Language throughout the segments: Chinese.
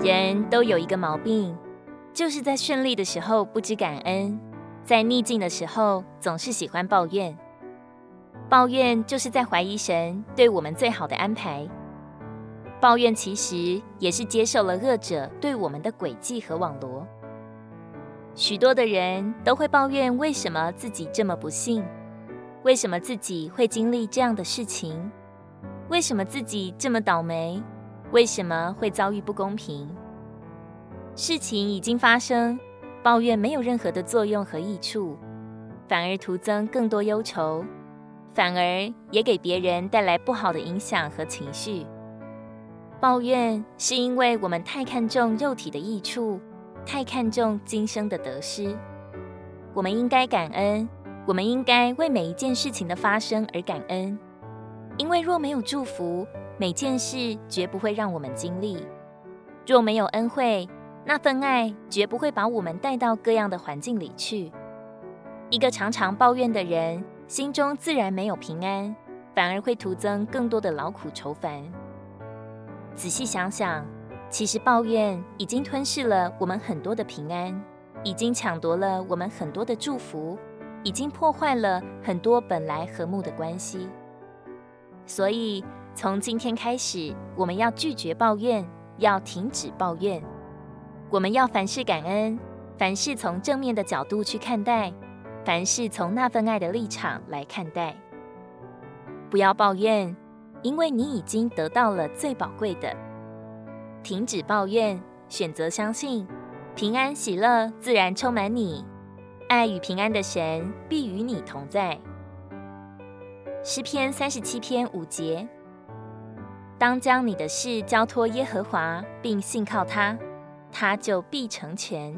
人都有一个毛病，就是在顺利的时候不知感恩，在逆境的时候总是喜欢抱怨。抱怨就是在怀疑神对我们最好的安排。抱怨其实也是接受了恶者对我们的诡计和网罗。许多的人都会抱怨为什么自己这么不幸，为什么自己会经历这样的事情，为什么自己这么倒霉，为什么会遭遇不公平。事情已经发生，抱怨没有任何的作用和益处，反而徒增更多忧愁，反而也给别人带来不好的影响和情绪。抱怨是因为我们太看重肉体的益处，太看重今生的得失。我们应该感恩，我们应该为每一件事情的发生而感恩，因为若没有祝福，每件事绝不会让我们经历；若没有恩惠，那份爱绝不会把我们带到各样的环境里去。一个常常抱怨的人，心中自然没有平安，反而会徒增更多的劳苦愁烦。仔细想想，其实抱怨已经吞噬了我们很多的平安，已经抢夺了我们很多的祝福，已经破坏了很多本来和睦的关系。所以从今天开始，我们要拒绝抱怨，要停止抱怨。我们要凡事感恩，凡事从正面的角度去看待，凡事从那份爱的立场来看待。不要抱怨，因为你已经得到了最宝贵的。停止抱怨，选择相信，平安喜乐自然充满你，爱与平安的神必与你同在。诗篇37篇5节，当将你的事交托耶和华，并信靠他，他就必成全。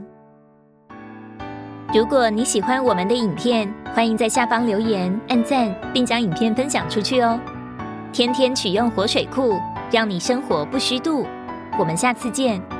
如果你喜欢我们的影片，欢迎在下方留言、按赞，并将影片分享出去哦。天天取用活水库，让你生活不虚度。我们下次见。